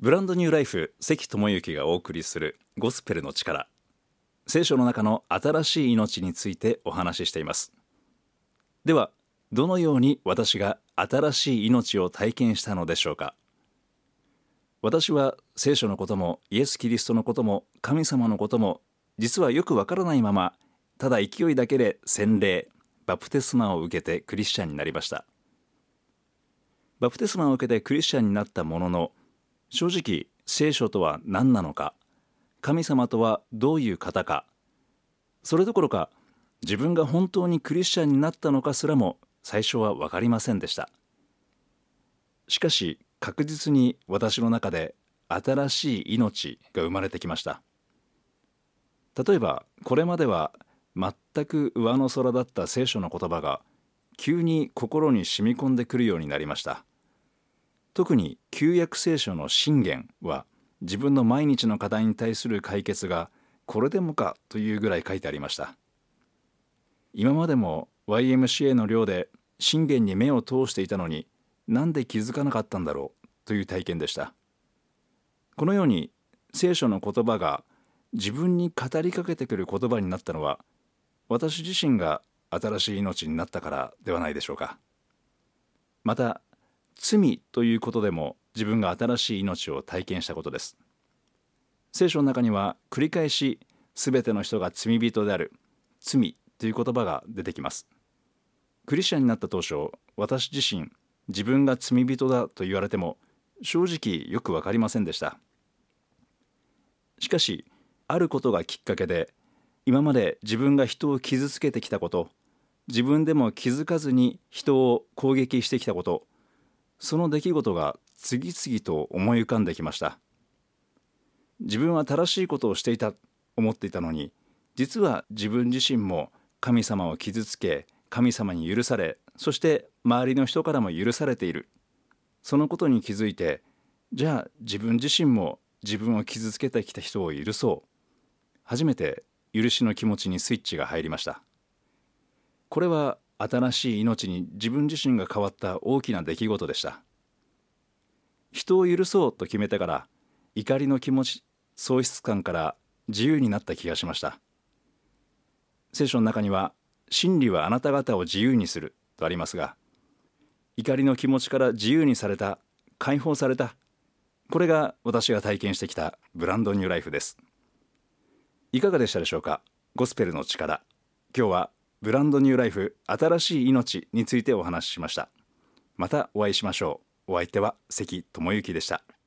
ブランドニューライフ関智之がお送りするゴスペルの力、聖書の中の新しい命についてお話ししています。では、どのように私が新しい命を体験したのでしょうか。私は聖書のこともイエス・キリストのことも神様のことも実はよくわからないまま、ただ勢いだけで洗礼、バプテスマを受けてクリスチャンになりました。バプテスマを受けてクリスチャンになったものの、正直聖書とは何なのか、神様とはどういう方か、それどころか自分が本当にクリスチャンになったのかすらも最初は分かりませんでした。しかし確実に私の中で新しい命が生まれてきました。例えばこれまでは全く上の空だった聖書の言葉が急に心に染み込んでくるようになりました。特に旧約聖書の箴言は自分の毎日の課題に対する解決がこれでもかというぐらい書いてありました。今までも YMCA の寮で箴言に目を通していたのになんで気づかなかったんだろうという体験でした。このように聖書の言葉が自分に語りかけてくる言葉になったのは私自身が新しい命になったからではないでしょうか。また罪ということでも自分が新しい命を体験したことです。聖書の中には繰り返しすべての人が罪人である、罪という言葉が出てきます。クリスチャンになった当初、私自身自分が罪人だと言われても正直よくわかりませんでした。しかしあることがきっかけで今まで自分が人を傷つけてきたこと、自分でも気づかずに人を攻撃してきたこと、その出来事が次々と思い浮かんできました。自分は正しいことをしていたと思っていたのに、実は自分自身も神様を傷つけ、神様に許され、そして周りの人からも許されている。そのことに気づいて、じゃあ自分自身も自分を傷つけてきた人を許そう。初めて許しの気持ちにスイッチが入りました。これは新しい命に自分自身が変わった大きな出来事でした。人を許そうと決めてから怒りの気持ち、喪失感から自由になった気がしました。聖書の中には真理はあなた方を自由にするとありますが、怒りの気持ちから自由にされた、解放された、これが私が体験してきたブランドニューライフです。いかがでしたでしょうか。ゴスペルの力、今日はブランドニューライフ新しい命についてお話ししました。またお会いしましょう。お相手は関智之でした。